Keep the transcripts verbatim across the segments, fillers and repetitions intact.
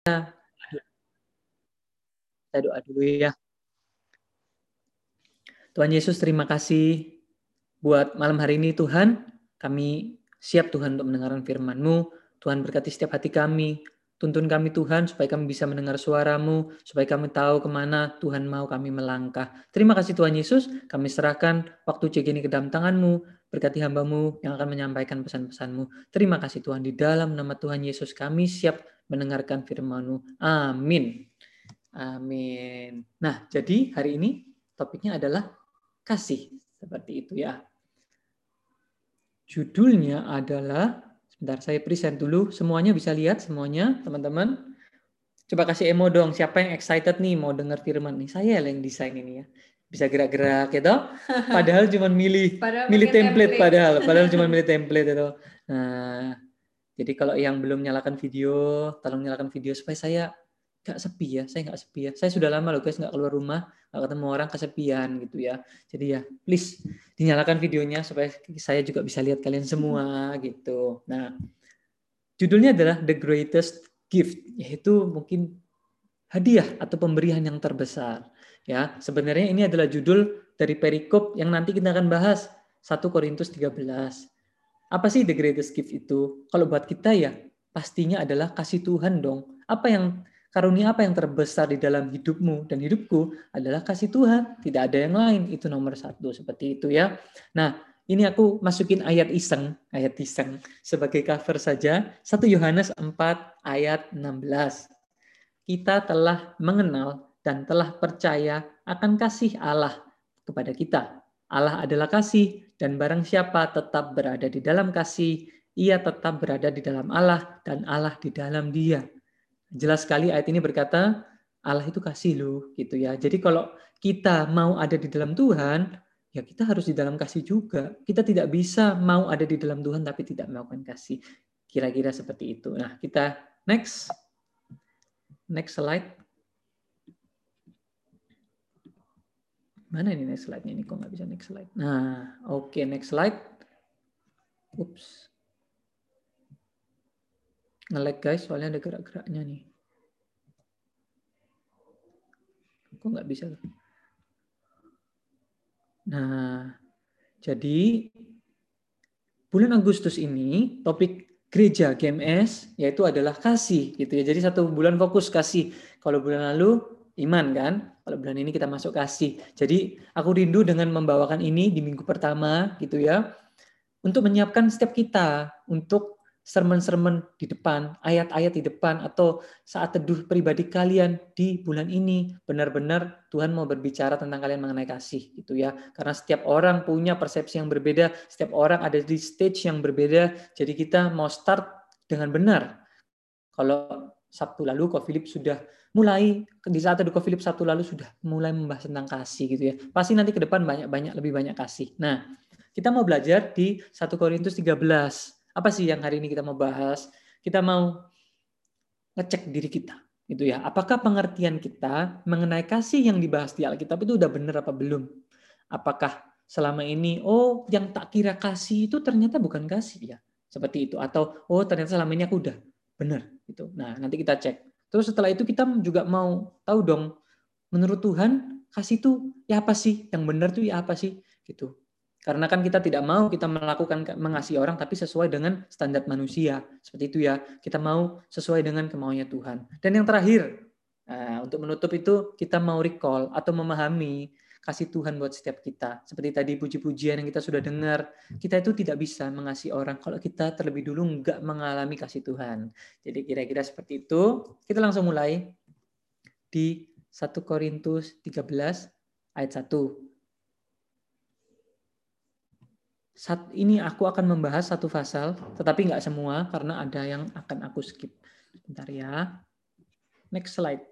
Kita doa dulu ya. Tuhan Yesus, terima kasih buat malam hari ini Tuhan. Kami siap Tuhan untuk mendengarkan firman-Mu. Tuhan berkati setiap hati kami. Tuntun kami Tuhan supaya kami bisa mendengar suara-Mu, supaya kami tahu kemana Tuhan mau kami melangkah. Terima kasih Tuhan Yesus, kami serahkan waktu C G ini ke dalam tangan-Mu. Berkati hamba-Mu yang akan menyampaikan pesan-pesan-Mu. Terima kasih Tuhan, di dalam nama Tuhan Yesus kami siap mendengarkan firman-Mu. Amin. Amin. Nah, jadi hari ini topiknya adalah kasih. Seperti itu ya. Judulnya adalah, sebentar saya present dulu, semuanya bisa lihat semuanya teman-teman. Coba kasih emo dong, siapa yang excited nih mau dengar firman nih. Saya yang desain ini ya. Bisa gerak-gerak gitu. Padahal cuma milih padahal milih template, template padahal, padahal cuma milih template itu. Nah, jadi kalau yang belum nyalakan video, tolong nyalakan video supaya saya nggak sepi ya. Saya nggak sepi ya. Saya sudah lama loh guys nggak keluar rumah, nggak ketemu orang, kesepian gitu ya. Jadi ya please dinyalakan videonya supaya saya juga bisa lihat kalian semua gitu. Nah, judulnya adalah The Greatest Gift, yaitu mungkin hadiah atau pemberian yang terbesar. Ya, sebenarnya ini adalah judul dari perikop yang nanti kita akan bahas, satu Korintus tiga belas. Apa sih the greatest gift itu? Kalau buat kita ya, pastinya adalah kasih Tuhan dong. Apa yang karunia apa yang terbesar di dalam hidupmu dan hidupku adalah kasih Tuhan. Tidak ada yang lain. Itu nomor satu. Seperti itu ya. Nah, ini aku masukin ayat iseng, ayat iseng sebagai cover saja. satu Yohanes empat ayat enam belas. Kita telah mengenal dan telah percaya akan kasih Allah kepada kita. Allah adalah kasih, dan barang siapa tetap berada di dalam kasih, ia tetap berada di dalam Allah, dan Allah di dalam dia. Jelas sekali ayat ini berkata, Allah itu kasih loh, gitu ya. Jadi kalau kita mau ada di dalam Tuhan, ya kita harus di dalam kasih juga. Kita tidak bisa mau ada di dalam Tuhan tapi tidak melakukan kasih. Kira-kira seperti itu. Nah, kita next. Next slide. Mana ini next slide-nya? Ini kok nggak bisa next slide. Nah, oke, okay, next slide. Ups. Nge-lag guys, soalnya ada gerak-geraknya nih. Kok nggak bisa? Nah, jadi bulan Agustus ini topik gereja G M S yaitu adalah kasih gitu ya. Jadi satu bulan fokus kasih. Kalau bulan lalu iman kan, kalau bulan ini kita masuk kasih. Jadi aku rindu dengan membawakan ini di minggu pertama gitu ya, untuk menyiapkan setiap kita untuk sermon-sermon di depan, ayat-ayat di depan, atau saat teduh pribadi kalian di bulan ini. Benar-benar Tuhan mau berbicara tentang kalian mengenai kasih gitu ya. Karena setiap orang punya persepsi yang berbeda, setiap orang ada di stage yang berbeda. Jadi kita mau start dengan benar. Kalau Sabtu lalu Ko Philip sudah mulai, di saat teduh Ko Philip Sabtu lalu sudah mulai membahas tentang kasih gitu ya. Pasti nanti ke depan banyak-banyak lebih banyak kasih. Nah, kita mau belajar di satu Korintus tiga belas. Apa sih yang hari ini kita mau bahas? Kita mau ngecek diri kita, gitu ya. Apakah pengertian kita mengenai kasih yang dibahas di Alkitab itu udah benar apa belum? Apakah selama ini, oh yang tak kira kasih itu ternyata bukan kasih ya, seperti itu. Atau oh ternyata selama ini aku udah benar, gitu. Nah nanti kita cek. Terus setelah itu kita juga mau tahu dong, menurut Tuhan kasih itu ya apa sih? Yang benar tuh ya apa sih? Gitu. Karena kan kita tidak mau kita melakukan mengasihi orang tapi sesuai dengan standar manusia. Seperti itu ya. Kita mau sesuai dengan kemauannya Tuhan. Dan yang terakhir, nah, untuk menutup itu kita mau recall atau memahami kasih Tuhan buat setiap kita. Seperti tadi puji-pujian yang kita sudah dengar, kita itu tidak bisa mengasihi orang kalau kita terlebih dulu nggak mengalami kasih Tuhan. Jadi kira-kira seperti itu. Kita langsung mulai di satu Korintus tiga belas ayat satu. Saat ini aku akan membahas satu pasal, tetapi nggak semua karena ada yang akan aku skip. Bentar ya. Next slide.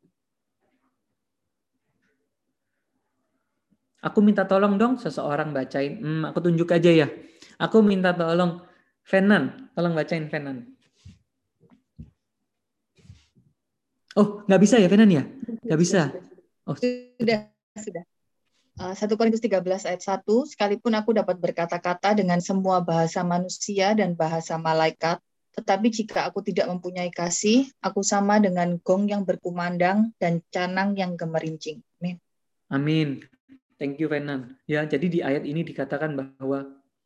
Aku minta tolong dong seseorang bacain. Hmm, aku tunjuk aja ya. Aku minta tolong Fenan, tolong bacain Fenan. Oh, nggak bisa ya Fenan ya? Nggak bisa. Oh, sudah, sudah. satu Korintus tiga belas ayat satu, sekalipun aku dapat berkata-kata dengan semua bahasa manusia dan bahasa malaikat Tetapi jika aku tidak mempunyai kasih, aku sama dengan gong yang berkumandang dan canang yang gemerincing. Amin. Amin. Thank you, Venan. Ya, jadi di ayat ini dikatakan bahwa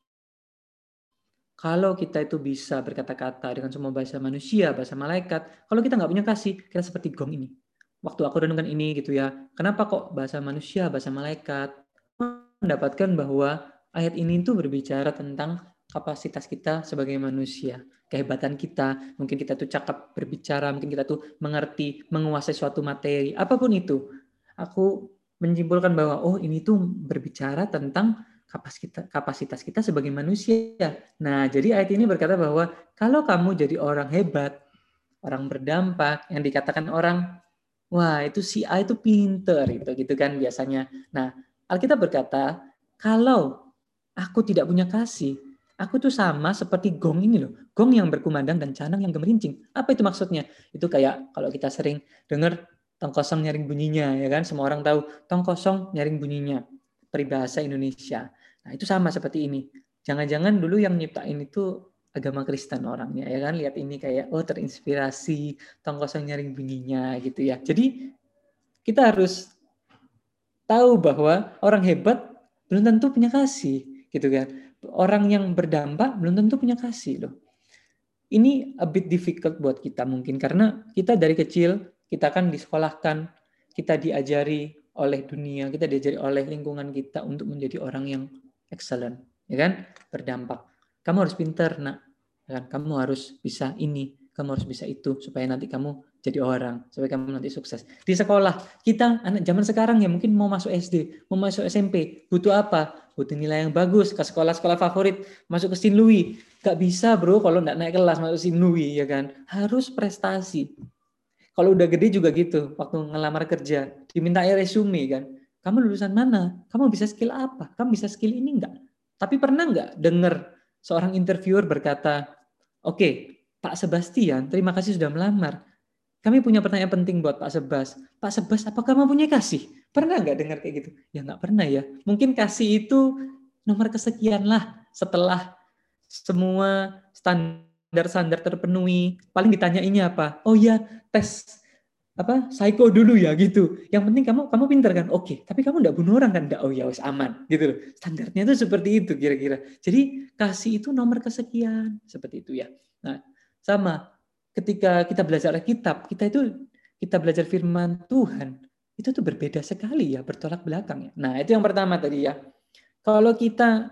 kalau kita itu bisa berkata-kata dengan semua bahasa manusia, bahasa malaikat, kalau kita nggak punya kasih, kita seperti gong ini. Waktu aku renungkan ini gitu ya, kenapa kok bahasa manusia, bahasa malaikat? Mendapatkan bahwa ayat ini itu berbicara tentang kapasitas kita sebagai manusia, kehebatan kita, mungkin kita tuh cakap berbicara, mungkin kita tuh mengerti, menguasai suatu materi, apapun itu. Aku menyimpulkan bahwa oh ini tuh berbicara tentang kapasitas kapasitas kita sebagai manusia. Nah, jadi ayat ini berkata bahwa kalau kamu jadi orang hebat, orang berdampak, yang dikatakan orang, wah itu si A itu pinter, gitu, gitu kan biasanya. Nah, Alkitab berkata, kalau aku tidak punya kasih, aku tuh sama seperti gong ini loh, gong yang berkumandang dan canang yang gemerincing. Apa itu maksudnya? Itu kayak kalau kita sering dengar tong kosong nyaring bunyinya, ya kan? Semua orang tahu tong kosong nyaring bunyinya, peribahasa Indonesia. Nah, itu sama seperti ini. Jangan-jangan dulu yang nyiptain itu agama Kristen orangnya, ya kan? Lihat ini kayak, oh terinspirasi, tong kosong nyaring bunyinya gitu ya. Jadi kita harus tahu bahwa orang hebat belum tentu punya kasih, gitu kan? Orang yang berdampak belum tentu punya kasih loh. Ini a bit difficult buat kita mungkin karena kita dari kecil kita kan disekolahkan, kita diajari oleh dunia, kita diajari oleh lingkungan kita untuk menjadi orang yang excellent, ya kan? Berdampak. Kamu harus pintar, nak. Ya kan? Kamu harus bisa ini, kamu harus bisa itu supaya nanti kamu jadi orang, supaya kamu nanti sukses. Di sekolah, kita anak zaman sekarang ya mungkin mau masuk S D, mau masuk S M P, butuh apa? Butuh nilai yang bagus, ke sekolah-sekolah favorit, masuk ke Saint Louis. Gak bisa bro kalau nggak naik kelas masuk Saint Louis, ya kan? Harus prestasi. Kalau udah gede juga gitu, waktu ngelamar kerja, diminta resume kan. Kamu lulusan mana? Kamu bisa skill apa? Kamu bisa skill ini enggak? Tapi pernah nggak dengar seorang interviewer berkata, oke, okay, Pak Sebastian, terima kasih sudah melamar. Kami punya pertanyaan penting buat Pak Sebas. Pak Sebas, apakah kamu punya kasih? Pernah nggak dengar kayak gitu? Ya nggak pernah ya. Mungkin kasih itu nomor kesekian lah setelah semua standar-standar terpenuhi. Paling ditanyainnya apa? Oh ya, tes apa psycho dulu ya gitu. Yang penting kamu kamu pinter kan? Oke, tapi kamu enggak bunuh orang kan? Enggak. Oh ya wis aman gitu loh. Standarnya itu seperti itu kira-kira. Jadi kasih itu nomor kesekian seperti itu ya. Nah, sama ketika kita belajar Alkitab, kita itu kita belajar firman Tuhan, itu tuh berbeda sekali ya, bertolak belakang ya. Nah, itu yang pertama tadi ya. Kalau kita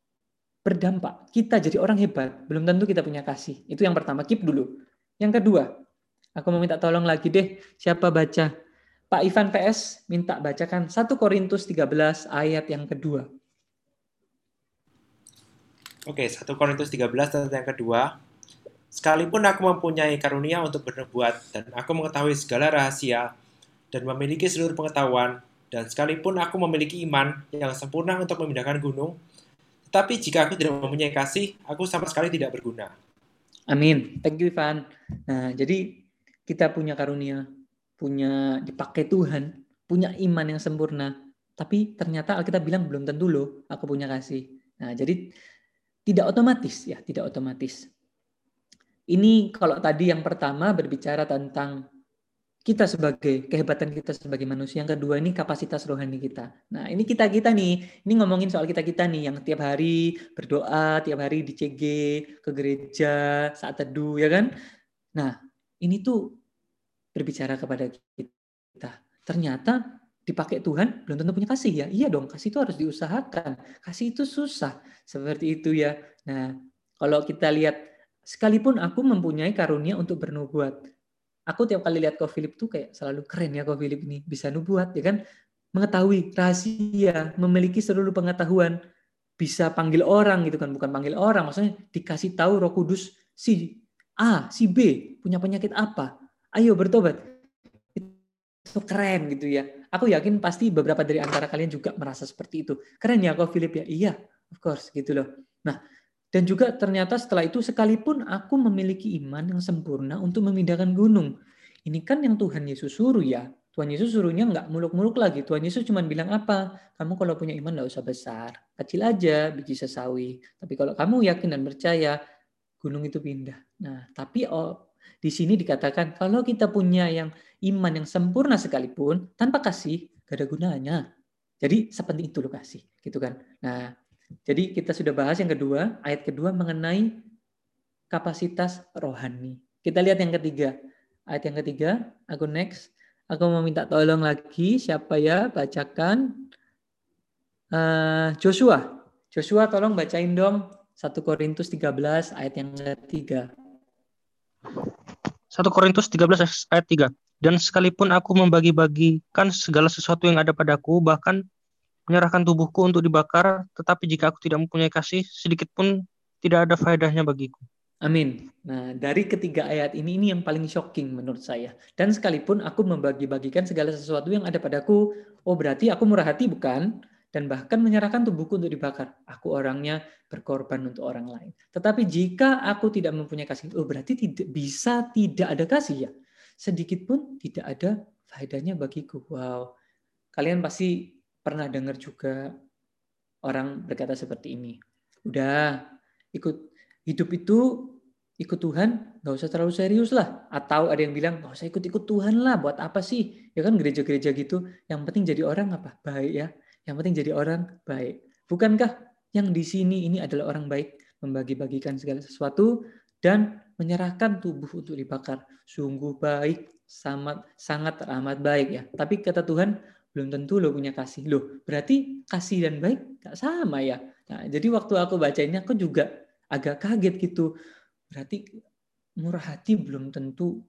berdampak, kita jadi orang hebat, belum tentu kita punya kasih. Itu yang pertama, keep dulu. Yang kedua, aku mau minta tolong lagi deh, siapa baca? Pak Ivan P S minta bacakan satu Korintus tiga belas ayat yang kedua. Oke, satu Korintus tiga belas ayat yang kedua. Sekalipun aku mempunyai karunia untuk bernubuat, dan aku mengetahui segala rahasia, dan memiliki seluruh pengetahuan, dan sekalipun aku memiliki iman yang sempurna untuk memindahkan gunung, tetapi jika aku tidak mempunyai kasih, aku sama sekali tidak berguna. Amin. Thank you, Ivan. Nah, jadi kita punya karunia, punya dipakai Tuhan, punya iman yang sempurna, tapi ternyata Alkitab bilang belum tentu loh aku punya kasih. Nah, jadi tidak otomatis ya, tidak otomatis. Ini kalau tadi yang pertama berbicara tentang kita sebagai kehebatan kita sebagai manusia, yang kedua ini kapasitas rohani kita. Nah, ini kita-kita nih, ini ngomongin soal kita-kita nih yang tiap hari berdoa, tiap hari di C G, ke gereja, saat teduh ya kan? Nah, ini tuh berbicara kepada kita. Ternyata dipakai Tuhan belum tentu punya kasih ya. Iya dong, kasih itu harus diusahakan. Kasih itu susah. Seperti itu ya. Nah, kalau kita lihat sekalipun aku mempunyai karunia untuk bernubuat, aku tiap kali lihat Ko Philip tuh kayak selalu keren ya Ko Philip ini, bisa nubuat ya kan, mengetahui rahasia, memiliki seluruh pengetahuan, bisa panggil orang gitu kan, bukan panggil orang, maksudnya dikasih tahu Roh Kudus si A, si B punya penyakit apa, ayo bertobat. Itu keren gitu ya. Aku yakin pasti beberapa dari antara kalian juga merasa seperti itu. Keren ya Ko Philip ya? Iya, of course gitu loh. Nah, dan juga ternyata setelah itu sekalipun aku memiliki iman yang sempurna untuk memindahkan gunung. Ini kan yang Tuhan Yesus suruh ya. Tuhan Yesus suruhnya nggak muluk-muluk lagi. Tuhan Yesus cuma bilang apa? Kamu kalau punya iman nggak usah besar. Kecil aja biji sesawi. Tapi kalau kamu yakin dan percaya, gunung itu pindah. Nah, tapi oh, di sini dikatakan kalau kita punya yang iman yang sempurna sekalipun tanpa kasih gak ada gunanya. Jadi seperti itu loh kasih, gitu kan. Nah, jadi kita sudah bahas yang kedua, ayat kedua mengenai kapasitas rohani. Kita lihat yang ketiga. Ayat yang ketiga, aku next. Aku mau minta tolong lagi, siapa ya, bacakan. Uh, Joshua. Joshua tolong bacain dong satu Korintus tiga belas ayat yang ketiga. satu Korintus tiga belas ayat tiga. Dan sekalipun aku membagi-bagikan segala sesuatu yang ada padaku, bahkan menyerahkan tubuhku untuk dibakar, tetapi jika aku tidak mempunyai kasih, sedikit pun tidak ada faedahnya bagiku. Amin. Nah, dari ketiga ayat ini, ini yang paling shocking menurut saya. Dan sekalipun aku membagi-bagikan segala sesuatu yang ada padaku, oh berarti aku murah hati bukan? Dan bahkan menyerahkan tubuhku untuk dibakar. Aku orangnya berkorban untuk orang lain. Tetapi jika aku tidak mempunyai kasih, oh berarti tidak bisa tidak ada kasih ya. Sedikit pun tidak ada faedahnya bagiku. Wow. Kalian pasti pernah dengar juga orang berkata seperti ini. Udah, ikut hidup itu ikut Tuhan nggak usah terlalu serius lah. Atau ada yang bilang nggak usah ikut-ikut Tuhan lah. Buat apa sih? Ya kan gereja-gereja gitu. Yang penting jadi orang apa? Baik ya. Yang penting jadi orang baik. Bukankah yang di sini ini adalah orang baik, membagi-bagikan segala sesuatu dan menyerahkan tubuh untuk dibakar. Sungguh baik, sangat sangat amat baik ya. Tapi kata Tuhan belum tentu lo punya kasih. Loh, berarti kasih dan baik nggak sama ya. Nah, jadi waktu aku baca ini aku juga agak kaget gitu. Berarti murah hati belum tentu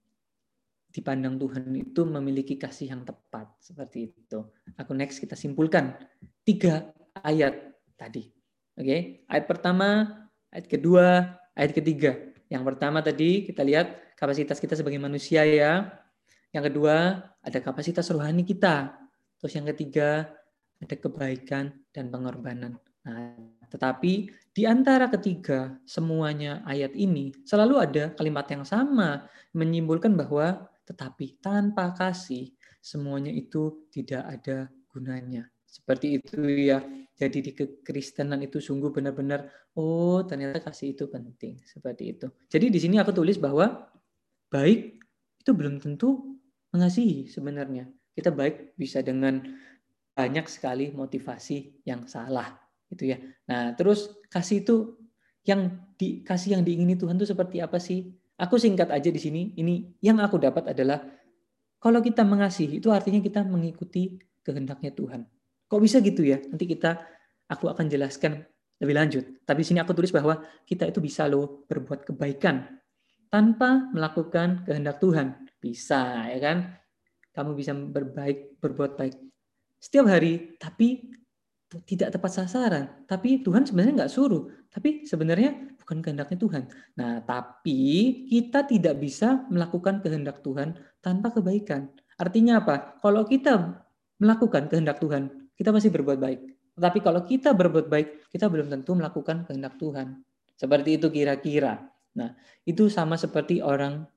dipandang Tuhan itu memiliki kasih yang tepat. Seperti itu. Aku next kita simpulkan. Tiga ayat tadi. Oke, ayat pertama, ayat kedua, ayat ketiga. Yang pertama tadi kita lihat kapasitas kita sebagai manusia ya. Yang kedua ada kapasitas rohani kita. Terus yang ketiga ada kebaikan dan pengorbanan. Nah, tetapi di antara ketiga semuanya ayat ini selalu ada kalimat yang sama menyimbolkan bahwa tetapi tanpa kasih semuanya itu tidak ada gunanya. Seperti itu ya. Jadi di kekristenan itu sungguh benar-benar oh ternyata kasih itu penting. Seperti itu. Jadi di sini aku tulis bahwa baik itu belum tentu mengasihi sebenarnya. Kita baik bisa dengan banyak sekali motivasi yang salah. Gitu ya. Nah, terus kasih itu yang dikasih yang diingini Tuhan itu seperti apa sih? Aku singkat aja di sini. Ini yang aku dapat adalah kalau kita mengasihi itu artinya kita mengikuti kehendaknya Tuhan. Kok bisa gitu ya? Nanti kita aku akan jelaskan lebih lanjut. Tapi di sini aku tulis bahwa kita itu bisa loh berbuat kebaikan tanpa melakukan kehendak Tuhan. Bisa, ya kan? Kamu bisa berbaik, berbuat baik setiap hari, tapi tidak tepat sasaran. Tapi Tuhan sebenarnya nggak suruh. Tapi sebenarnya bukan kehendaknya Tuhan. Nah, tapi kita tidak bisa melakukan kehendak Tuhan tanpa kebaikan. Artinya apa? Kalau kita melakukan kehendak Tuhan, kita pasti berbuat baik. Tetapi kalau kita berbuat baik, kita belum tentu melakukan kehendak Tuhan. Seperti itu kira-kira. Nah, itu sama seperti orang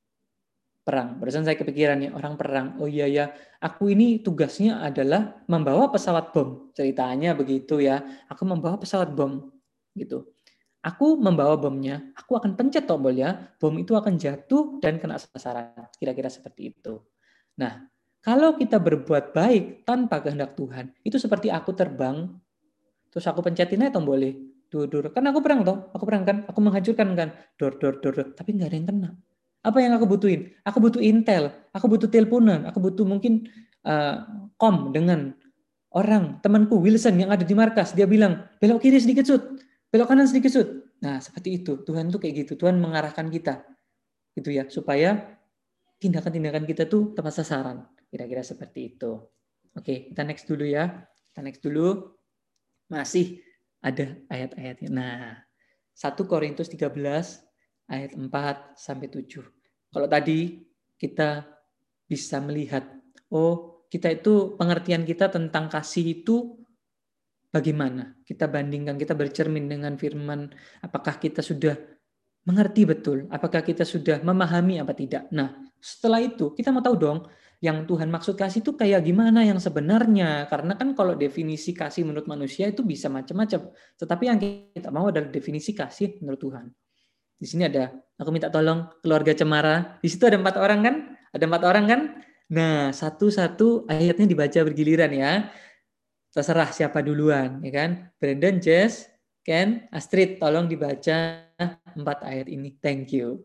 perang. Barusan saya kepikirannya orang perang. Oh iya ya, aku ini tugasnya adalah membawa pesawat bom. Ceritanya begitu ya. Aku membawa pesawat bom gitu. Aku membawa bomnya, aku akan pencet tombolnya, bom itu akan jatuh dan kena sasaran. Kira-kira seperti itu. Nah, kalau kita berbuat baik tanpa kehendak Tuhan, itu seperti aku terbang, terus aku pencetin aja tombolnya. Dur, dur. Kan aku perang toh, aku perang kan, aku menghancurkan kan, dor, dor, dor, dor. Tapi nggak ada yang kena. Apa yang aku butuhin? Aku butuh intel, aku butuh teleponan, aku butuh mungkin uh, kom dengan orang, temanku Wilson yang ada di markas. Dia bilang, belok kiri sedikit sud, belok kanan sedikit sud. Nah, seperti itu. Tuhan tuh kayak gitu. Tuhan mengarahkan kita. Gitu ya, supaya tindakan-tindakan kita tuh tepat sasaran. Kira-kira seperti itu. Oke, kita next dulu ya. Kita next dulu. Masih ada ayat-ayatnya. Nah, satu Korintus tiga belas ayat empat sampai tujuh. Kalau tadi kita bisa melihat, oh kita itu pengertian kita tentang kasih itu bagaimana? Kita bandingkan, kita bercermin dengan firman, apakah kita sudah mengerti betul? Apakah kita sudah memahami apa tidak? Nah, setelah itu kita mau tahu dong, yang Tuhan maksud kasih itu kayak gimana yang sebenarnya? Karena kan kalau definisi kasih menurut manusia itu bisa macam-macam. Tetapi yang kita mau adalah definisi kasih menurut Tuhan. Di sini ada, aku minta tolong keluarga Cemara. Di situ ada empat orang kan? Ada empat orang kan? Nah, satu-satu ayatnya dibaca bergiliran ya. Terserah siapa duluan, ya kan? Brandon, Jess, Ken, Astrid, tolong dibaca empat ayat ini. Thank you.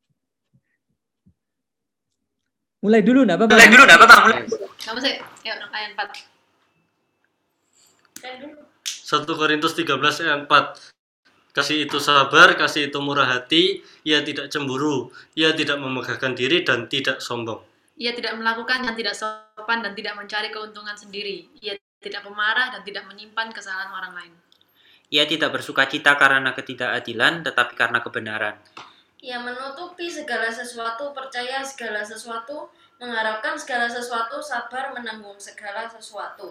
Mulai dulu, enggak apa-apa. Mulai dulu, enggak apa-apa. Mulai. Kamu sih, ya ayat empat. satu Korintus tiga belas ayat empat. Kasih itu sabar, kasih itu murah hati, ia tidak cemburu, ia tidak memegahkan diri dan tidak sombong. Ia tidak melakukan yang tidak sopan dan tidak mencari keuntungan sendiri. Ia tidak pemarah dan tidak menyimpan kesalahan orang lain. Ia tidak bersukacita karena ketidakadilan, tetapi karena kebenaran. Ia menutupi segala sesuatu, percaya segala sesuatu, mengharapkan segala sesuatu, sabar menanggung segala sesuatu.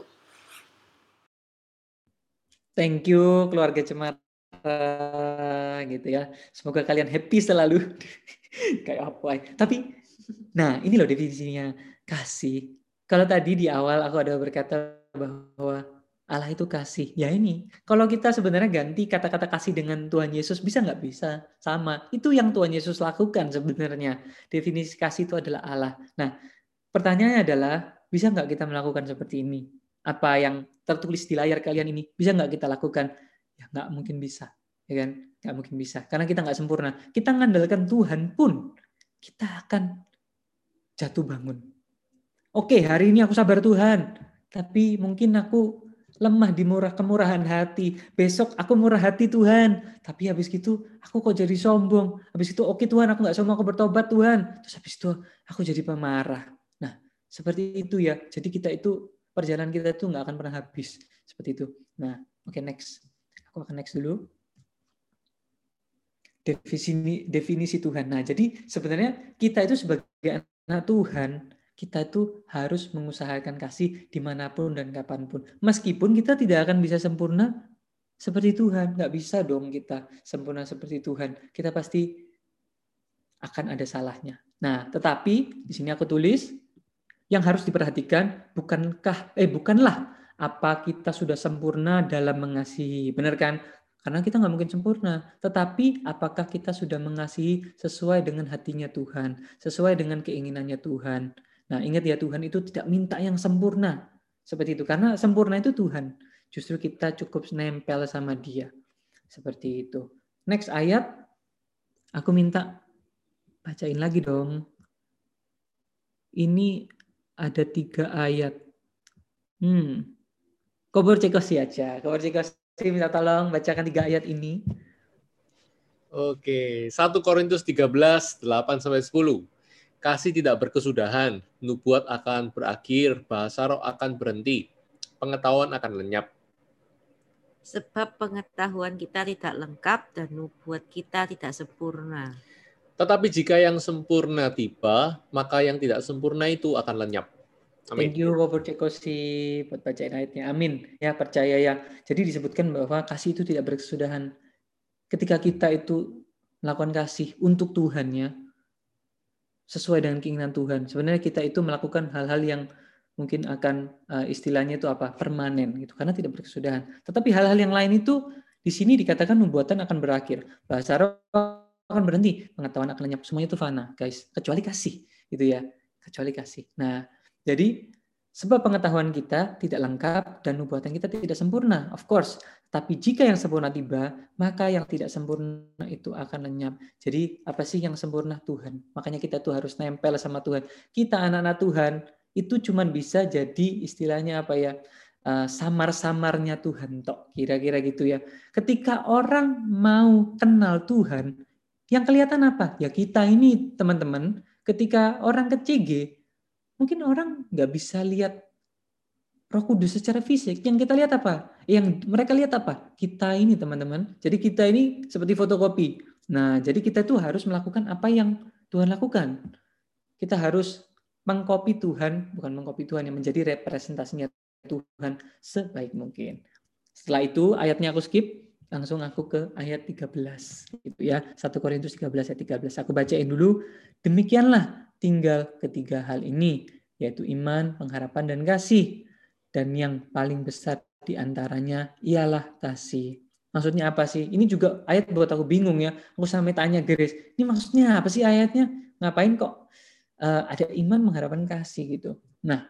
Thank you keluarga Cemara gitu ya. Semoga kalian happy selalu. Kayak apa ya. Tapi nah, ini loh definisinya kasih. Kalau tadi di awal aku ada berkata bahwa Allah itu kasih. Ya ini, kalau kita sebenarnya ganti kata-kata kasih dengan Tuhan Yesus, bisa nggak? Bisa. Sama. Itu yang Tuhan Yesus lakukan sebenarnya. Definisi kasih itu adalah Allah. Nah, pertanyaannya adalah, bisa nggak kita melakukan seperti ini? Apa yang tertulis di layar kalian ini, bisa nggak kita lakukan? Ya nggak mungkin bisa. Ya kan? Nggak mungkin bisa. Karena kita nggak sempurna. Kita mengandalkan Tuhan pun, kita akan jatuh bangun. Oke, hari ini aku sabar Tuhan. Tapi mungkin aku lemah di murah kemurahan hati. Besok aku murah hati Tuhan. Tapi habis gitu aku kok jadi sombong. Habis itu oke okay, Tuhan, aku nggak sombong, aku bertobat Tuhan. Terus habis itu aku jadi pemarah. Nah seperti itu ya. Jadi kita itu perjalanan kita itu nggak akan pernah habis seperti itu. Nah oke okay, next. Aku akan next dulu. Definisi definisi Tuhan. Nah jadi sebenarnya kita itu sebagai anak Tuhan, kita itu harus mengusahakan kasih dimanapun dan kapanpun. Meskipun kita tidak akan bisa sempurna seperti Tuhan. Nggak bisa dong kita sempurna seperti Tuhan. Kita pasti akan ada salahnya. Nah, tetapi di sini aku tulis, yang harus diperhatikan bukankah, eh bukanlah apa kita sudah sempurna dalam mengasihi. Benar kan? Karena kita nggak mungkin sempurna. Tetapi apakah kita sudah mengasihi sesuai dengan hatinya Tuhan. Sesuai dengan keinginannya Tuhan. Nah ingat ya, Tuhan itu tidak minta yang sempurna. Seperti itu. Karena sempurna itu Tuhan. Justru kita cukup nempel sama Dia. Seperti itu. Next ayat. Aku minta bacain lagi dong. Ini ada tiga ayat. Hmm. Kobor Cekosi aja. Kobor Cekosi minta tolong bacakan tiga ayat ini. Oke. satu Korintus tiga belas, delapan sampai sepuluh. Kasih tidak berkesudahan, nubuat akan berakhir, bahasa roh akan berhenti, pengetahuan akan lenyap. Sebab pengetahuan kita tidak lengkap dan nubuat kita tidak sempurna. Tetapi jika yang sempurna tiba, maka yang tidak sempurna itu akan lenyap. Amin. Thank you Bapak Cekosi buat bacain ayatnya. Amin. Ya percaya ya. Jadi disebutkan bahwa kasih itu tidak berkesudahan. Ketika kita itu melakukan kasih untuk Tuhan ya, sesuai dengan keinginan Tuhan. Sebenarnya kita itu melakukan hal-hal yang mungkin akan uh, istilahnya itu apa? Permanen gitu. Karena tidak berkesudahan. Tetapi hal-hal yang lain itu di sini dikatakan nubuatan akan berakhir. Bahasa roh akan berhenti, pengetahuan akan lenyap. Semuanya itu fana, guys. Kecuali kasih, gitu ya. Kecuali kasih. Nah, jadi sebab pengetahuan kita tidak lengkap dan nubuatan kita tidak sempurna, of course. Tapi jika yang sempurna tiba, maka yang tidak sempurna itu akan lenyap. Jadi apa sih yang sempurna? Tuhan. Makanya kita tuh harus nempel sama Tuhan. Kita anak-anak Tuhan itu cuma bisa jadi istilahnya apa ya? Uh, samar-samarnya Tuhan tok. Kira-kira gitu ya. Ketika orang mau kenal Tuhan, yang kelihatan apa? Ya kita ini teman-teman. Ketika orang ke C G, mungkin orang nggak bisa lihat Roh Kudus secara fisik. Yang kita lihat apa? Yang mereka lihat apa? Kita ini teman-teman. Jadi kita ini seperti fotokopi. Nah, jadi kita tuh harus melakukan apa yang Tuhan lakukan. Kita harus mengkopi Tuhan, bukan mengkopi Tuhan, yang menjadi representasinya Tuhan sebaik mungkin. Setelah itu ayatnya aku skip, langsung aku ke ayat tiga belas. Gitu ya. satu Korintus tiga belas ayat tiga belas. Aku bacain dulu. Demikianlah tinggal ketiga hal ini, yaitu iman, pengharapan, dan kasih. Dan yang paling besar di antaranya ialah kasih. Maksudnya apa sih? Ini juga ayat buat aku bingung ya. Aku sampai tanya Grace, ini maksudnya apa sih ayatnya? Ngapain kok uh, ada iman mengharapkan kasih gitu. Nah,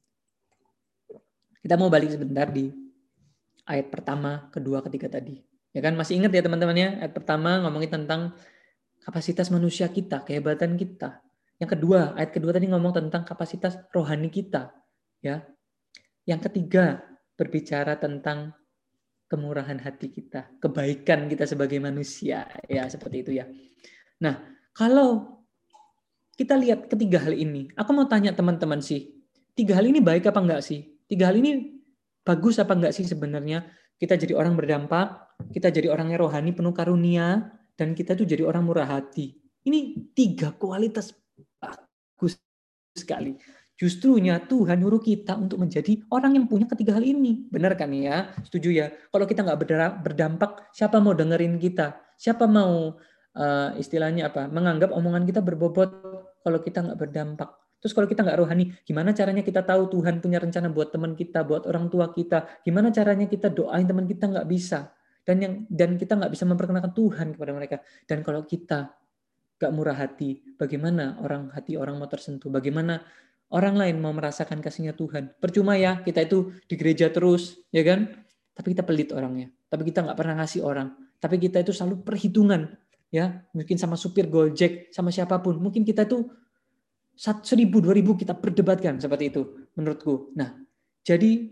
kita mau balik sebentar di ayat pertama, kedua, ketiga tadi. Ya kan, masih ingat ya teman-temannya? Ayat pertama ngomongin tentang kapasitas manusia kita, kehebatan kita. Yang kedua, ayat kedua tadi ngomong tentang kapasitas rohani kita. Ya. Yang ketiga, berbicara tentang kemurahan hati kita, kebaikan kita sebagai manusia, ya seperti itu ya. Nah, kalau kita lihat ketiga hal ini, aku mau tanya teman-teman sih, tiga hal ini baik apa enggak sih? Tiga hal ini bagus apa enggak sih sebenarnya? Kita jadi orang berdampak, kita jadi orang yang rohani penuh karunia, dan kita tuh jadi orang murah hati. Ini tiga kualitas bagus sekali. Justrunya Tuhan nyuruh kita untuk menjadi orang yang punya ketiga hal ini. Benar kan ya? Setuju ya? Kalau kita nggak berdampak, siapa mau dengerin kita? Siapa mau uh, istilahnya apa? Menganggap omongan kita berbobot kalau kita nggak berdampak. Terus kalau kita nggak rohani, gimana caranya kita tahu Tuhan punya rencana buat teman kita, buat orang tua kita? Gimana caranya kita doain teman kita nggak bisa? Dan yang dan kita nggak bisa memperkenalkan Tuhan kepada mereka. Dan kalau kita nggak murah hati, bagaimana orang hati orang mau tersentuh? Bagaimana orang lain mau merasakan kasihnya Tuhan? Percuma ya kita itu di gereja terus, ya kan? Tapi kita pelit orangnya. Tapi kita nggak pernah ngasih orang. Tapi kita itu selalu perhitungan, ya. Mungkin sama supir Gojek, sama siapapun. Mungkin kita itu seribu, dua ribu kita perdebatkan seperti itu, menurutku. Nah, jadi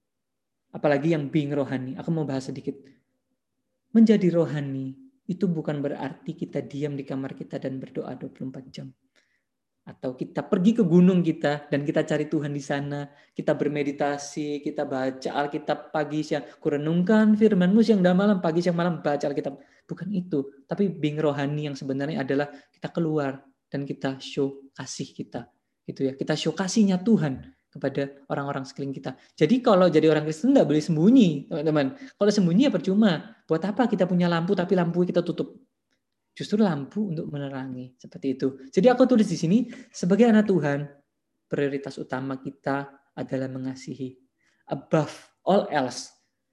apalagi yang being rohani. Aku mau bahas sedikit. Menjadi rohani itu bukan berarti kita diam di kamar kita dan berdoa dua puluh empat jam. Atau kita pergi ke gunung kita dan kita cari Tuhan di sana, kita bermeditasi, kita baca Alkitab pagi siang, kurenungkan firman-Mu siang dan malam, pagi siang malam baca Alkitab. Bukan itu, tapi being rohani yang sebenarnya adalah kita keluar dan kita show kasih kita. Gitu ya. Kita show kasihnya Tuhan kepada orang-orang sekeliling kita. Jadi kalau jadi orang Kristen enggak boleh sembunyi, teman-teman. Kalau sembunyi ya percuma. Buat apa kita punya lampu tapi lampu kita tutup? Justru lampu untuk menerangi, seperti itu. Jadi aku tulis di sini, sebagai anak Tuhan, prioritas utama kita adalah mengasihi. Above all else.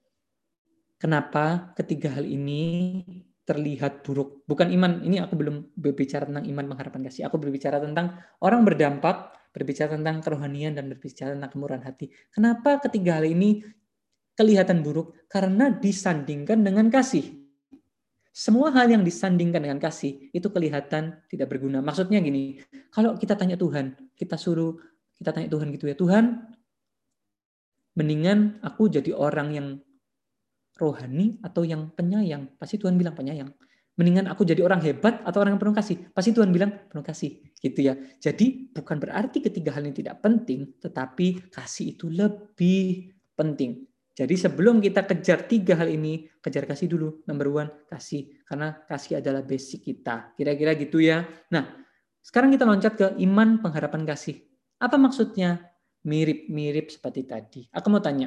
Kenapa ketiga hal ini terlihat buruk? Bukan iman, ini aku belum berbicara tentang iman mengharapkan kasih. Aku berbicara tentang orang berdampak, berbicara tentang kerohanian, dan berbicara tentang kemurahan hati. Kenapa ketiga hal ini kelihatan buruk? Karena disandingkan dengan kasih. Semua hal yang disandingkan dengan kasih itu kelihatan tidak berguna. Maksudnya gini, kalau kita tanya Tuhan, kita suruh, kita tanya Tuhan gitu ya, Tuhan, mendingan aku jadi orang yang rohani atau yang penyayang? Pasti Tuhan bilang penyayang. Mendingan aku jadi orang hebat atau orang yang penuh kasih? Pasti Tuhan bilang penuh kasih. Gitu ya. Jadi bukan berarti ketiga hal ini tidak penting, tetapi kasih itu lebih penting. Jadi sebelum kita kejar tiga hal ini, kejar kasih dulu. Number one, kasih. Karena kasih adalah basic kita. Kira-kira gitu ya. Nah, sekarang kita loncat ke iman pengharapan kasih. Apa maksudnya? Mirip-mirip seperti tadi. Aku mau tanya.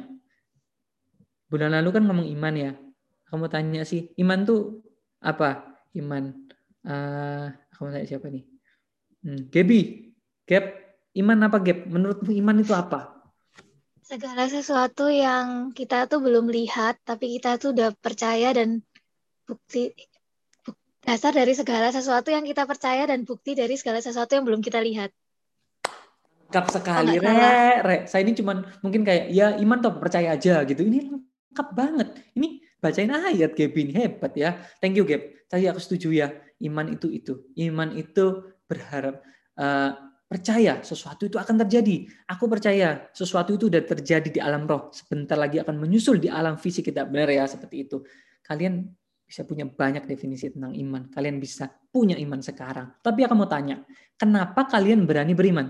Bulan lalu kan ngomong iman ya. Aku mau tanya sih, iman tuh apa? Iman. Uh, aku mau tanya siapa nih? Hmm, Gaby. Gap. Iman apa Gap? Menurutmu iman itu apa? Segala sesuatu yang kita tuh belum lihat, tapi kita tuh udah percaya dan bukti dasar dari segala sesuatu yang kita percaya dan bukti dari segala sesuatu yang belum kita lihat. Lengkap sekali, oh, Re, Re. Saya ini cuman mungkin kayak, ya iman atau percaya aja gitu. Ini lengkap banget. Ini bacain ayat Gaby ini, hebat ya. Thank you Gab. Tadi aku setuju ya. Iman itu itu. Iman itu berharap, uh, percaya sesuatu itu akan terjadi. Aku percaya sesuatu itu sudah terjadi di alam roh. Sebentar lagi akan menyusul di alam fisik kita. Benar ya, seperti itu. Kalian bisa punya banyak definisi tentang iman. Kalian bisa punya iman sekarang. Tapi aku mau tanya, kenapa kalian berani beriman?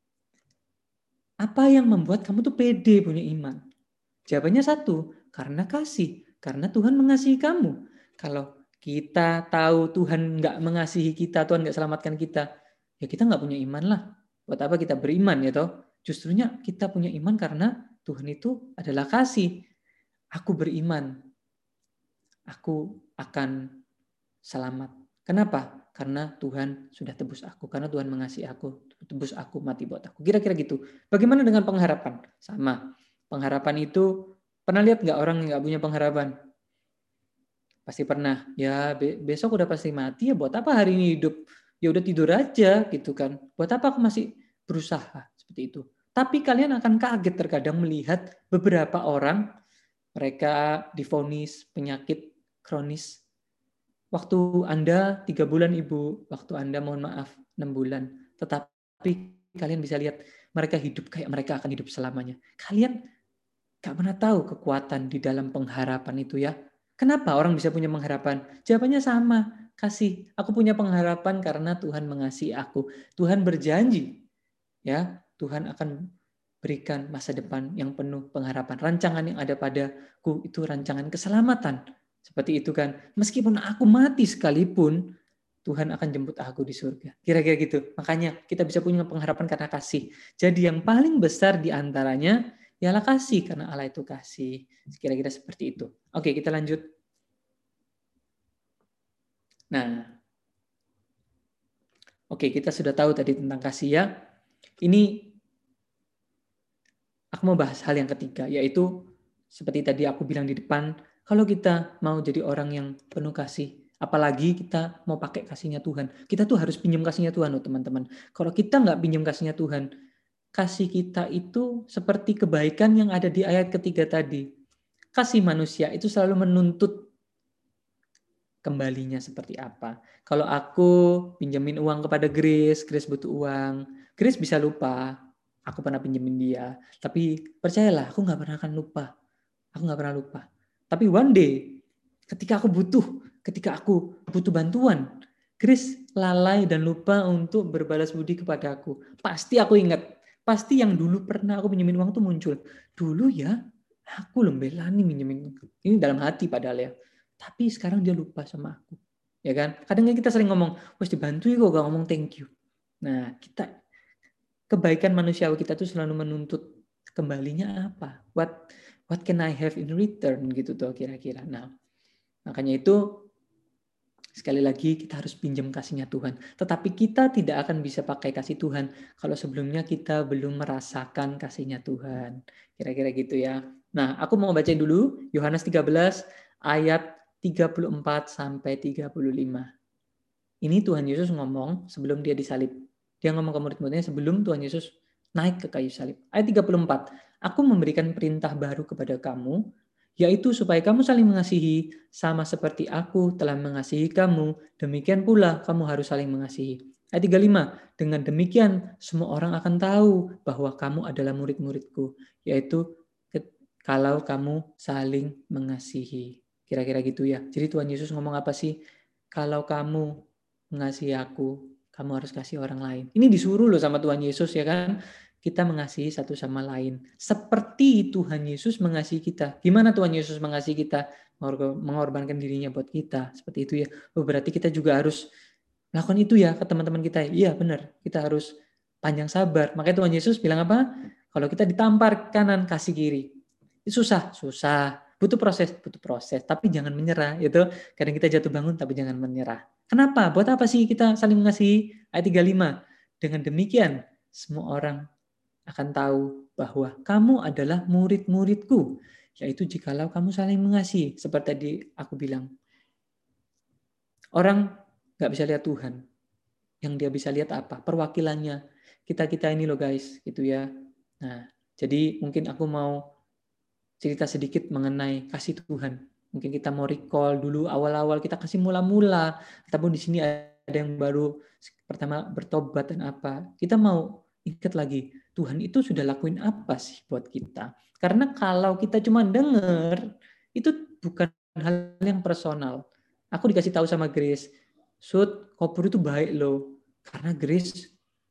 Apa yang membuat kamu tuh pede punya iman? Jawabannya satu, karena kasih. Karena Tuhan mengasihi kamu. Kalau kita tahu Tuhan nggak mengasihi kita, Tuhan nggak selamatkan kita, ya kita nggak punya iman lah. Buat apa kita beriman ya toh? Justrunya kita punya iman karena Tuhan itu adalah kasih. Aku beriman, aku akan selamat. Kenapa? Karena Tuhan sudah tebus aku. Karena Tuhan mengasihi aku, tebus aku, mati buat aku. Kira-kira gitu. Bagaimana dengan pengharapan? Sama. Pengharapan itu, pernah lihat nggak orang yang nggak punya pengharapan? Pasti pernah. Ya be- besok udah pasti mati, ya buat apa hari ini hidup? Ya udah tidur aja gitu kan. Buat apa aku masih berusaha seperti itu? Tapi kalian akan kaget terkadang melihat beberapa orang mereka divonis penyakit kronis. Waktu Anda tiga bulan ibu, waktu Anda mohon maaf enam bulan. Tetapi kalian bisa lihat mereka hidup kayak mereka akan hidup selamanya. Kalian gak pernah tahu kekuatan di dalam pengharapan itu ya. Kenapa orang bisa punya pengharapan? Jawabannya sama, kasih. Aku punya pengharapan karena Tuhan mengasihi aku. Tuhan berjanji, ya Tuhan akan berikan masa depan yang penuh pengharapan. Rancangan yang ada padaku itu rancangan keselamatan. Seperti itu kan. Meskipun aku mati sekalipun, Tuhan akan jemput aku di surga. Kira-kira gitu. Makanya kita bisa punya pengharapan karena kasih. Jadi yang paling besar di antaranya ialah kasih, karena Allah itu kasih. Kira-kira seperti itu. Oke, kita lanjut. Nah, oke, kita sudah tahu tadi tentang kasih ya. Ini aku mau bahas hal yang ketiga, yaitu seperti tadi aku bilang di depan, kalau kita mau jadi orang yang penuh kasih, apalagi kita mau pakai kasihnya Tuhan, kita tuh harus pinjam kasihnya Tuhan loh teman-teman. Kalau kita nggak pinjam kasihnya Tuhan, kasih kita itu seperti kebaikan yang ada di ayat ketiga tadi. Kasih manusia itu selalu menuntut kembalinya seperti apa. Kalau aku pinjemin uang kepada Grace, Grace butuh uang, Grace bisa lupa, aku pernah pinjemin dia. Tapi percayalah, aku nggak pernah akan lupa. Aku nggak pernah lupa. Tapi one day, ketika aku butuh, ketika aku butuh bantuan, Grace lalai dan lupa untuk berbalas budi kepada aku. Pasti aku ingat. Pasti yang dulu pernah aku pinjemin uang tuh muncul. Dulu ya, aku lembelani minjemin. Ini dalam hati padahal ya. Tapi sekarang dia lupa sama aku. Ya kan? Kadang kita sering ngomong, wes dibantu kok gak ngomong thank you. Nah, kita kebaikan manusiawi kita tuh selalu menuntut kembalinya apa? What what can I have in return gitu tuh kira-kira. Nah, makanya itu sekali lagi kita harus pinjam kasihnya Tuhan. Tetapi kita tidak akan bisa pakai kasih Tuhan kalau sebelumnya kita belum merasakan kasihnya Tuhan. Kira-kira gitu ya. Nah, aku mau bacain dulu Yohanes tiga belas ayat tiga puluh empat sampai tiga puluh lima. Ini Tuhan Yesus ngomong sebelum dia disalib. Dia ngomong ke murid-muridnya sebelum Tuhan Yesus naik ke kayu salib. Ayat tiga puluh empat. Aku memberikan perintah baru kepada kamu, yaitu supaya kamu saling mengasihi, sama seperti aku telah mengasihi kamu, demikian pula kamu harus saling mengasihi. Ayat tiga puluh lima, dengan demikian semua orang akan tahu bahwa kamu adalah murid-muridku, yaitu kalau kamu saling mengasihi. Kira-kira gitu ya. Jadi Tuhan Yesus ngomong apa sih? Kalau kamu mengasihi aku, kamu harus kasih orang lain. Ini disuruh loh sama Tuhan Yesus ya kan? Kita mengasihi satu sama lain. Seperti Tuhan Yesus mengasihi kita. Gimana Tuhan Yesus mengasihi kita? Mengorbankan dirinya buat kita. Seperti itu ya. Oh, berarti kita juga harus melakukan itu ya ke teman-teman kita. Iya benar. Kita harus panjang sabar. Makanya Tuhan Yesus bilang apa? Kalau kita ditampar kanan, kasih kiri. Itu susah. Susah. Butuh proses. Butuh proses. Tapi jangan menyerah. Itu kadang kita jatuh bangun tapi jangan menyerah. Kenapa? Buat apa sih kita saling mengasihi? Ayat tiga puluh lima. Dengan demikian semua orang akan tahu bahwa kamu adalah murid-muridku, yaitu jikalau kamu saling mengasihi. Seperti tadi aku bilang, orang nggak bisa lihat Tuhan, yang dia bisa lihat apa? Perwakilannya. Kita-kita ini loh guys, gitu ya. Nah, jadi mungkin aku mau cerita sedikit mengenai kasih Tuhan. Mungkin kita mau recall dulu awal-awal kita kasih mula-mula, ataupun di sini ada yang baru pertama bertobat dan apa. Kita mau ingat lagi, Tuhan itu sudah lakuin apa sih buat kita? Karena kalau kita cuma dengar, itu bukan hal yang personal. Aku dikasih tahu sama Grace, Sud, Kopur itu baik loh. Karena Grace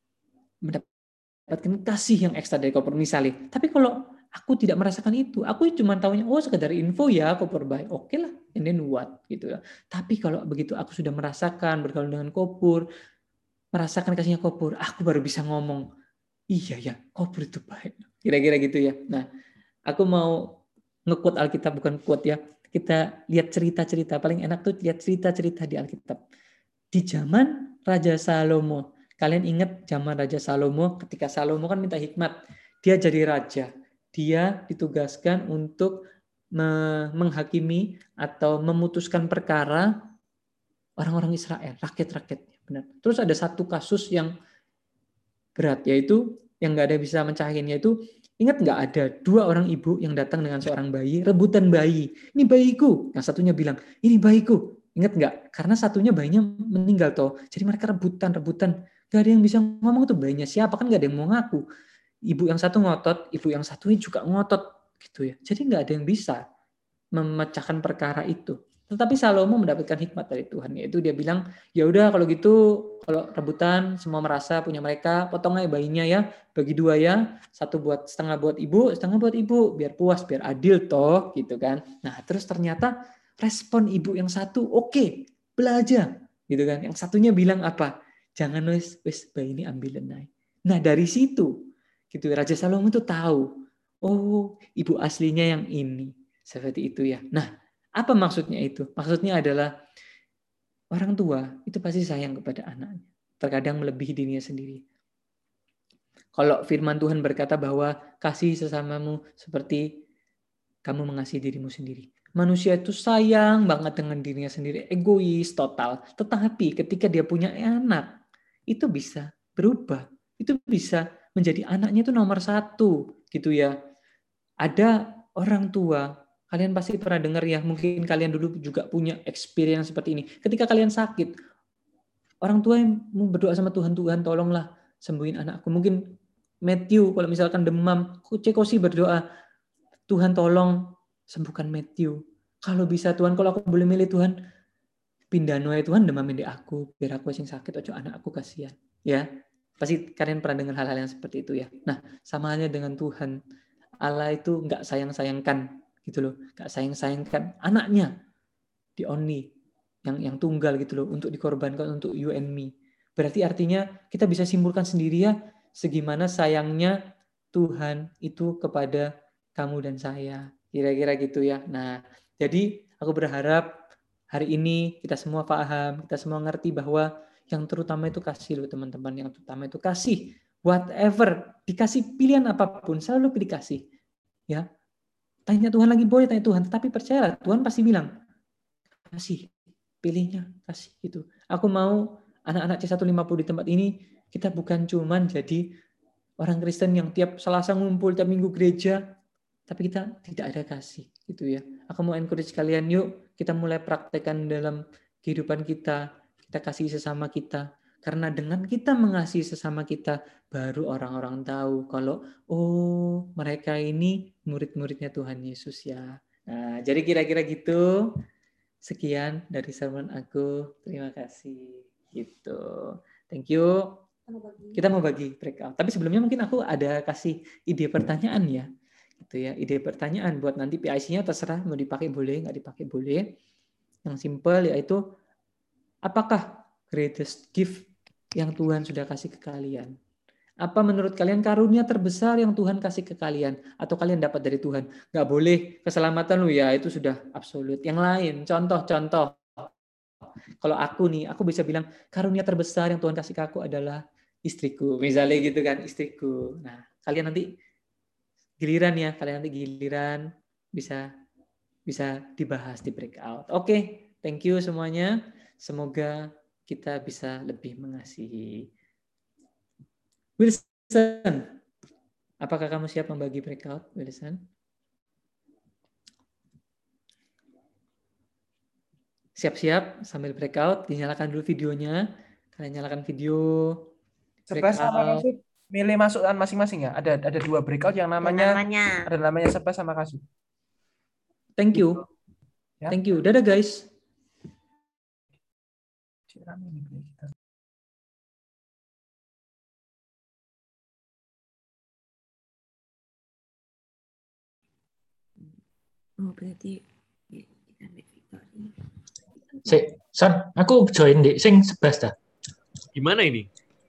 mendapatkan kasih yang ekstra dari Kopur misalnya. Tapi kalau aku tidak merasakan itu, aku cuma tahunya, oh sekedar info ya, Kopur baik. Oke lah, and then what? Gitu ya. Tapi kalau begitu aku sudah merasakan, bergaul dengan Kopur, merasakan kasihnya Kopur, aku baru bisa ngomong, iya ya, Kopur itu baik. Kira-kira gitu ya. Nah, aku mau nge-quote Alkitab, bukan quote ya. Kita lihat cerita-cerita. Paling enak tuh lihat cerita-cerita di Alkitab. Di zaman Raja Salomo. Kalian ingat zaman Raja Salomo, ketika Salomo kan minta hikmat. Dia jadi raja. Dia ditugaskan untuk me- menghakimi atau memutuskan perkara orang-orang Israel, rakyat-rakyatnya. Benar. Terus ada satu kasus yang berat, yaitu yang nggak ada bisa mencahinnya itu, ingat nggak ada dua orang ibu yang datang dengan seorang bayi, rebutan bayi. Ini bayiku. Yang satunya bilang, ini bayiku. Ingat nggak? Karena satunya bayinya meninggal toh. Jadi mereka rebutan-rebutan. Gak ada yang bisa ngomong tuh bayinya siapa, kan nggak ada yang mau ngaku. Ibu yang satu ngotot, ibu yang satunya juga ngotot. Gitu ya. Jadi nggak ada yang bisa memecahkan perkara itu. Tetapi Salomo mendapatkan hikmat dari Tuhan, yaitu dia bilang, ya udah kalau gitu, kalau rebutan semua merasa punya mereka, potong aja bayinya ya, bagi dua ya, satu buat setengah buat ibu, setengah buat ibu, biar puas, biar adil toh, gitu kan. Nah terus ternyata respon ibu yang satu, oke, okay, belajar, gitu kan. Yang satunya bilang apa? Jangan wes wes bayi ini ambil naik. Nah dari situ, gitu Raja Salomo itu tahu. Oh, ibu aslinya yang ini. Seperti itu ya. Nah, apa maksudnya itu? Maksudnya adalah orang tua itu pasti sayang kepada anaknya. Terkadang melebihi dirinya sendiri. Kalau firman Tuhan berkata bahwa kasih sesamamu seperti kamu mengasihi dirimu sendiri. Manusia itu sayang banget dengan dirinya sendiri. Egois total. Tetapi ketika dia punya anak, itu bisa berubah. Itu bisa menjadi anaknya itu nomor satu. Gitu ya. Ada orang tua, kalian pasti pernah dengar ya, mungkin kalian dulu juga punya experience seperti ini. Ketika kalian sakit, orang tua yang berdoa sama Tuhan, Tuhan tolonglah sembuhin anakku. Mungkin Matthew kalau misalkan demam, Cekosi berdoa, Tuhan tolong sembuhkan Matthew. Kalau bisa Tuhan, kalau aku boleh milih Tuhan, pindah noe Tuhan demamin di aku, biar aku yang sakit, ojo anak aku kasihan. Ya, pasti kalian pernah dengar hal-hal yang seperti itu ya. Nah, sama halnya dengan Tuhan. Allah itu nggak sayang-sayangkan gitu loh, nggak sayang-sayangkan anaknya, the only, yang yang tunggal gitu loh, untuk dikorbankan untuk you and me. Berarti artinya kita bisa simpulkan sendiri ya, segimana sayangnya Tuhan itu kepada kamu dan saya, kira-kira gitu ya. Nah, jadi aku berharap hari ini kita semua paham, kita semua ngerti bahwa yang terutama itu kasih loh teman-teman, yang terutama itu kasih. Whatever, dikasih pilihan apapun, selalu pilih kasih. Ya, tanya Tuhan lagi, boleh tanya Tuhan, tetapi percayalah, Tuhan pasti bilang, kasih, pilihnya, kasih gitu. Aku mau anak-anak C seratus lima puluh di tempat ini, kita bukan cuman jadi orang Kristen yang tiap Selasa ngumpul, tiap Minggu gereja, tapi kita tidak ada kasih gitu ya. Aku mau encourage kalian, yuk kita mulai praktekkan dalam kehidupan kita, kita kasih sesama kita. Karena dengan kita mengasihi sesama kita, baru orang-orang tahu kalau, oh mereka ini murid-muridnya Tuhan Yesus ya. Nah, jadi kira-kira gitu. Sekian dari sermon aku. Terima kasih. Gitu. Thank you. Kita mau bagi breakout. Tapi sebelumnya mungkin aku ada kasih ide pertanyaan ya. Gitu ya. Ide pertanyaan buat nanti P I C-nya terserah mau dipakai boleh, nggak dipakai boleh. Yang simple yaitu, apakah greatest gift yang Tuhan sudah kasih ke kalian? Apa menurut kalian karunia terbesar yang Tuhan kasih ke kalian? Atau kalian dapat dari Tuhan? Nggak boleh keselamatan lu ya, itu sudah absolut. Yang lain, contoh-contoh. Kalau aku nih, aku bisa bilang karunia terbesar yang Tuhan kasih ke aku adalah istriku. Misalnya gitu kan, istriku. Nah, kalian nanti giliran ya, kalian nanti giliran bisa bisa dibahas di breakout. Oke, thank you semuanya. Semoga kita bisa lebih mengasihi. Wilson, apakah kamu siap membagi breakout, Wilson? Siap-siap sambil breakout, dinyalakan dulu videonya. Kalian nyalakan video. Sebelah sama Kasih, milih masukan masing-masing ya. Ada ada dua breakout yang namanya, namanya. ada namanya Sebelah sama Kasih. Thank you. Ya. Thank you. Dadah guys. Oh, berarti Si, Son, aku join di sing sebelas dah. Gimana ini?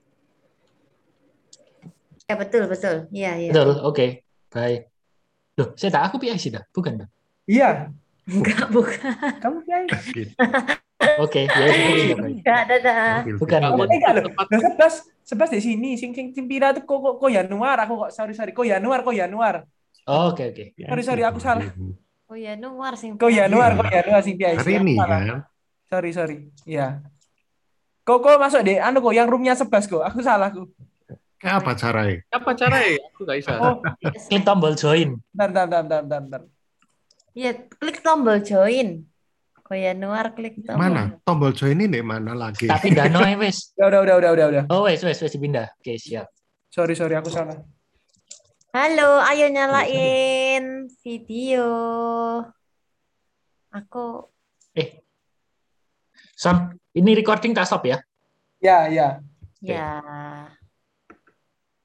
ya betul betul. Iya, iya. Betul, oke. Okay. Bye. Loh, saya tak aku P I C dah, bukan dah. Iya. Enggak, bukan. Kamu kiai. Oke, ya itu enggak, dadah. Bukan, Kamu bukan. enggak loh. Loh, sebelas, sebelas di sini, sing sing Cimpira tuh kok kok kok Januar, aku kok sorry sorry kok Januar, kok Januar. Oh, oke, oke. Sorry sorry aku salah. Oh ya Nuar sing Kok ya Nuar, Iya. kok ya Nuar sing P I C. Hari ini kan. Sorry, sorry. Iya. Kok kok masuk deh, anu kok yang roomnya Sebas kok. Aku salah kok. Kayak apa caranya? Apa caranya? Aku nggak bisa. Oh, Klik tombol join. bentar, bentar, bentar, bentar, bentar, bentar. Iya, klik tombol join. Oh ya Nuar klik tombol. Mana? Tombol join ini mana lagi? Tapi dano ya wes. Udah, udah, udah, udah, udah, udah. Oh wes wes wes dipindah. Oke, siap. Sorry, sorry, aku salah. Halo, ayo nyalain video. Aku Eh. Son, ini recording tak stop ya? Ya, ya. ya.